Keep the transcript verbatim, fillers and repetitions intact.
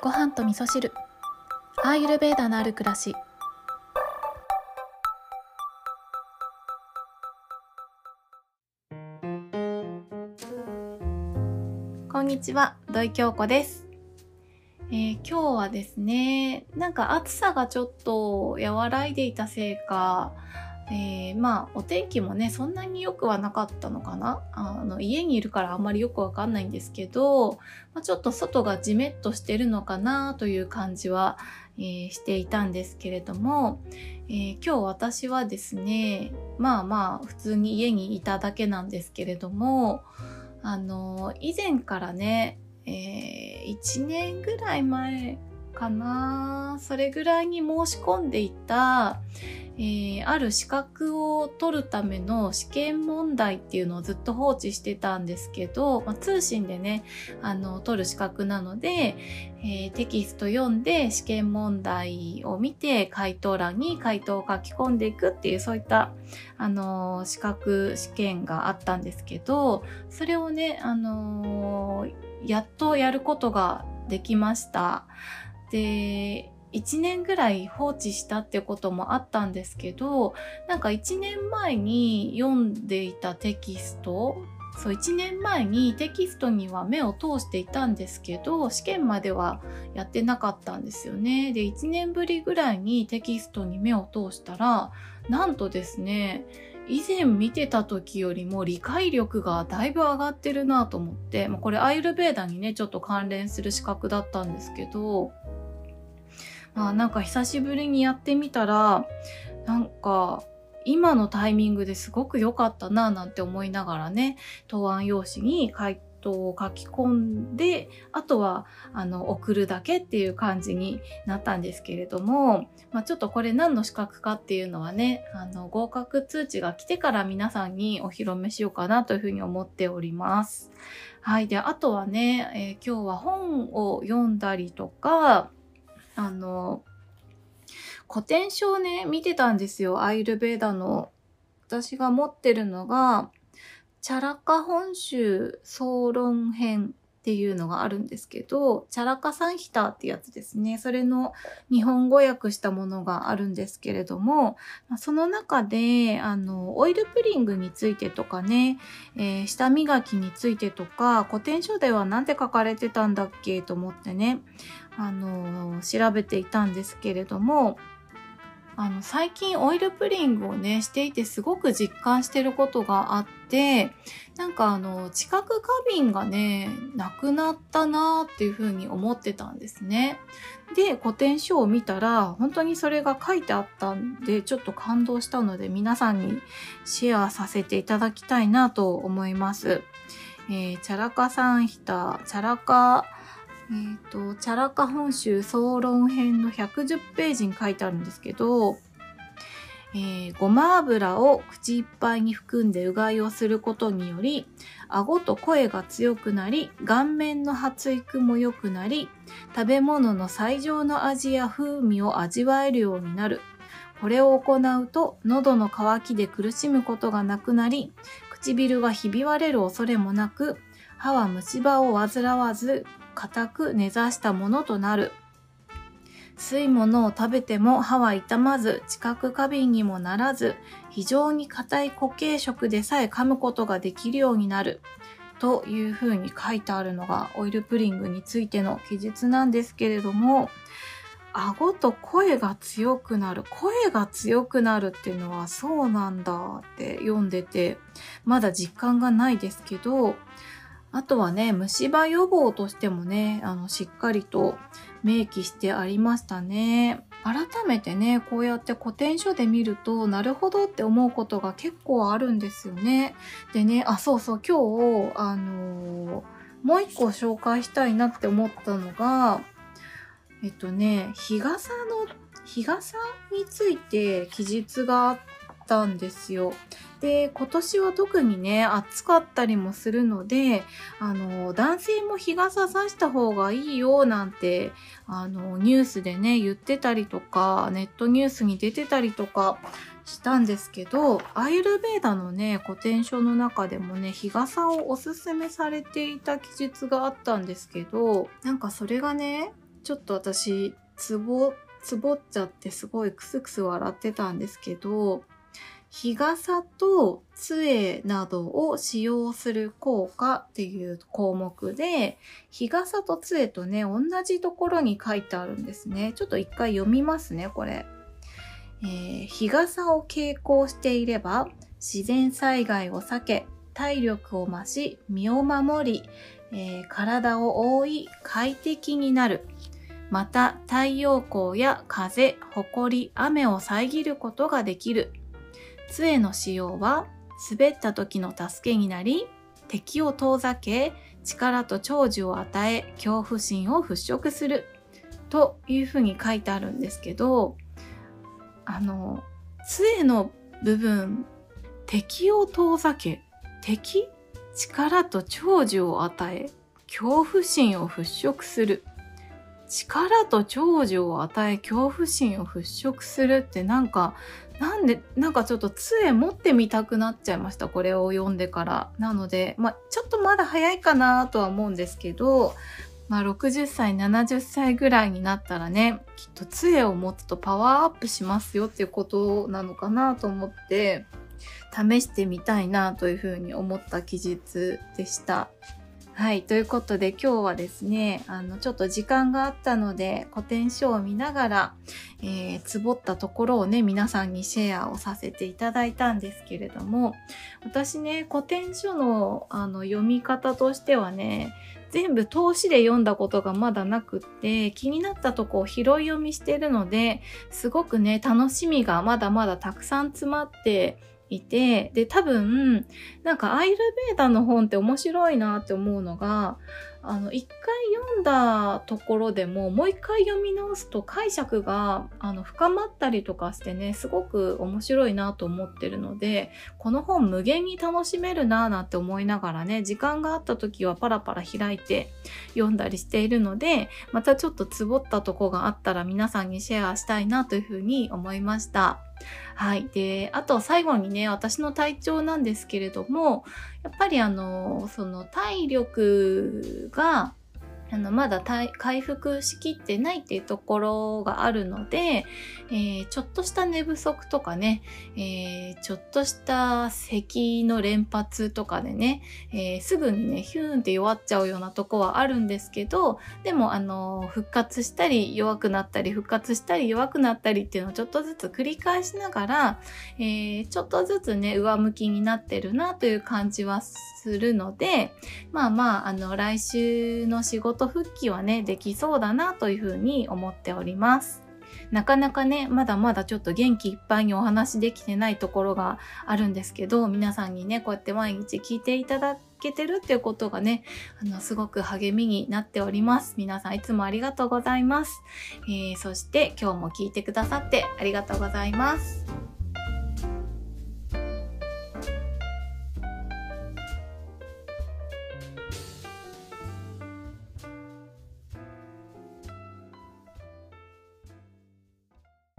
ご飯と味噌汁、アーユルヴェーダのある暮らし。こんにちは、土井京子です。えー、今日はですね、なんか暑さがちょっと和らいでいたせいか、えー、まあお天気もねそんなに良くはなかったのかな。あの家にいるからあんまりよくわかんないんですけど、まあ、ちょっと外がジメッとしてるのかなという感じは、えー、していたんですけれども、えー、今日私はですね、まあまあ普通に家にいただけなんですけれども、あの以前からね、えー、いちねんぐらい前かな、それぐらいに申し込んでいた、えー、ある資格を取るための試験問題っていうのをずっと放置してたんですけど、まあ、通信でねあの取る資格なので、えー、テキスト読んで試験問題を見て回答欄に回答を書き込んでいくっていう、そういったあの資格試験があったんですけど、それをねあのやっとやることができました。でいちねんぐらい放置したってこともあったんですけど、なんかいちねんまえに読んでいたテキスト、そういちねんまえにテキストには目を通していたんですけど、試験まではやってなかったんですよね。でいちねんぶりぐらいにテキストに目を通したら、なんとですね、以前見てた時よりも理解力がだいぶ上がってるなと思って、まあ、これアーユルヴェーダにねちょっと関連する資格だったんですけど、まあ、なんか久しぶりにやってみたら、なんか今のタイミングですごく良かったななんて思いながらね、答案用紙に回答を書き込んで、あとはあの送るだけっていう感じになったんですけれども、まあ、ちょっとこれ何の資格かっていうのはね、あの合格通知が来てから皆さんにお披露目しようかなというふうに思っております。はい。で、あとはね、えー、今日は本を読んだりとか、あの古典書をね見てたんですよ。アーユルヴェーダの。私が持ってるのがチャラカ本州総論編っていうのがあるんですけど、チャラカサンヒタってやつですね。それの日本語訳したものがあるんですけれども、その中であのオイルプリングについてとかね、えー、舌磨きについてとか、古典書では何て書かれてたんだっけと思ってね、あの調べていたんですけれども、あの最近オイルプリングをねしていてすごく実感してることがあって、なんかあの知覚過敏がねなくなったなっていうふうに思ってたんですね。で古典書を見たら本当にそれが書いてあったんで、ちょっと感動したので皆さんにシェアさせていただきたいなと思います。えー、チャラカサンヒタ、チャラカえーと、チャラカ本州総論編のひゃくじゅっページに書いてあるんですけど、えー、ごま油を口いっぱいに含んでうがいをすることにより、顎と声が強くなり、顔面の発育も良くなり、食べ物の最上の味や風味を味わえるようになる。これを行うと、喉の渇きで苦しむことがなくなり、唇がひび割れる恐れもなく、歯は虫歯を患わず、固く根ざしたものとなる。吸い物を食べても歯は傷まず、知覚過敏にもならず、非常に硬い固形食でさえ噛むことができるようになる。というふうに書いてあるのがオイルプリングについての記述なんですけれども、顎と声が強くなる。声が強くなるっていうのはそうなんだって読んでて、まだ実感がないですけど、あとはね、虫歯予防としてもね、あの、しっかりと明記してありましたね。改めてね、こうやって古典書で見ると、なるほどって思うことが結構あるんですよね。でね、あ、そうそう、今日、あのー、もう一個紹介したいなって思ったのが、えっとね、日傘の、日傘について記述があったんですよ。で、今年は特にね、暑かったりもするので、あの、男性も日傘さした方がいいよなんて、あの、ニュースでね、言ってたりとか、ネットニュースに出てたりとかしたんですけど、アーユルヴェーダのね、古典書の中でもね、日傘をおすすめされていた記述があったんですけど、なんかそれがね、 ちょっと私、つぼ、つぼっちゃってすごいクスクス笑ってたんですけど、日傘と杖などを使用する効果っていう項目で、日傘と杖とね、同じところに書いてあるんですね。ちょっと一回読みますね、これ。えー、日傘を携行していれば、自然災害を避け、体力を増し、身を守り、えー、体を覆い、快適になる。また、太陽光や風、埃、雨を遮ることができる。杖の使用は滑った時の助けになり、敵を遠ざけ、力と長寿を与え、恐怖心を払拭するというふうに書いてあるんですけど、あの杖の部分、敵を遠ざけ、敵、力と長寿を与え、恐怖心を払拭する。力と長寿を与え、恐怖心を払拭するってなんか、なんで、なんかちょっと杖持ってみたくなっちゃいました。これを読んでから。なので、まあ、ちょっとまだ早いかなとは思うんですけど、まあ、ろくじゅっさい、ななじゅっさいぐらいになったらね、きっと杖を持つとパワーアップしますよっていうことなのかなと思って、試してみたいなというふうに思った記述でした。はい。ということで今日はですね、あの、ちょっと時間があったので、古典書を見ながら、えー、つぼったところをね、皆さんにシェアをさせていただいたんですけれども、私ね、古典書の、あの、読み方としてはね、全部通しで読んだことがまだなくって、気になったとこを拾い読みしてるので、すごくね、楽しみがまだまだたくさん詰まっていて、で、多分、なんかアイルベーダの本って面白いなって思うのが、あの、一回読んだところでも、もう一回読み直すと解釈が、あの、深まったりとかしてね、すごく面白いなと思ってるので、この本無限に楽しめるなぁなんて思いながらね、時間があった時はパラパラ開いて読んだりしているので、またちょっとつぼったとこがあったら皆さんにシェアしたいなというふうに思いました。はい。で、あと最後にね、私の体調なんですけれども、やっぱりあの、その体力が、あの、まだ回復しきってないっていうところがあるので、えー、ちょっとした寝不足とかね、えー、ちょっとした咳の連発とかでね、えー、すぐにね、ヒューンって弱っちゃうようなとこはあるんですけど、でもあの、復活したり弱くなったり、復活したり弱くなったりっていうのをちょっとずつ繰り返しながら、えー、ちょっとずつね、上向きになってるなという感じはするので、まあまあ、あの、来週の仕事復帰はね、できそうだなというふうに思っております。なかなかね、まだまだちょっと元気いっぱいにお話できてないところがあるんですけど、皆さんにね、こうやって毎日聞いていただけてるっていうことがね、あの、すごく励みになっております。皆さんいつもありがとうございます。えー、そして今日も聞いてくださってありがとうございます。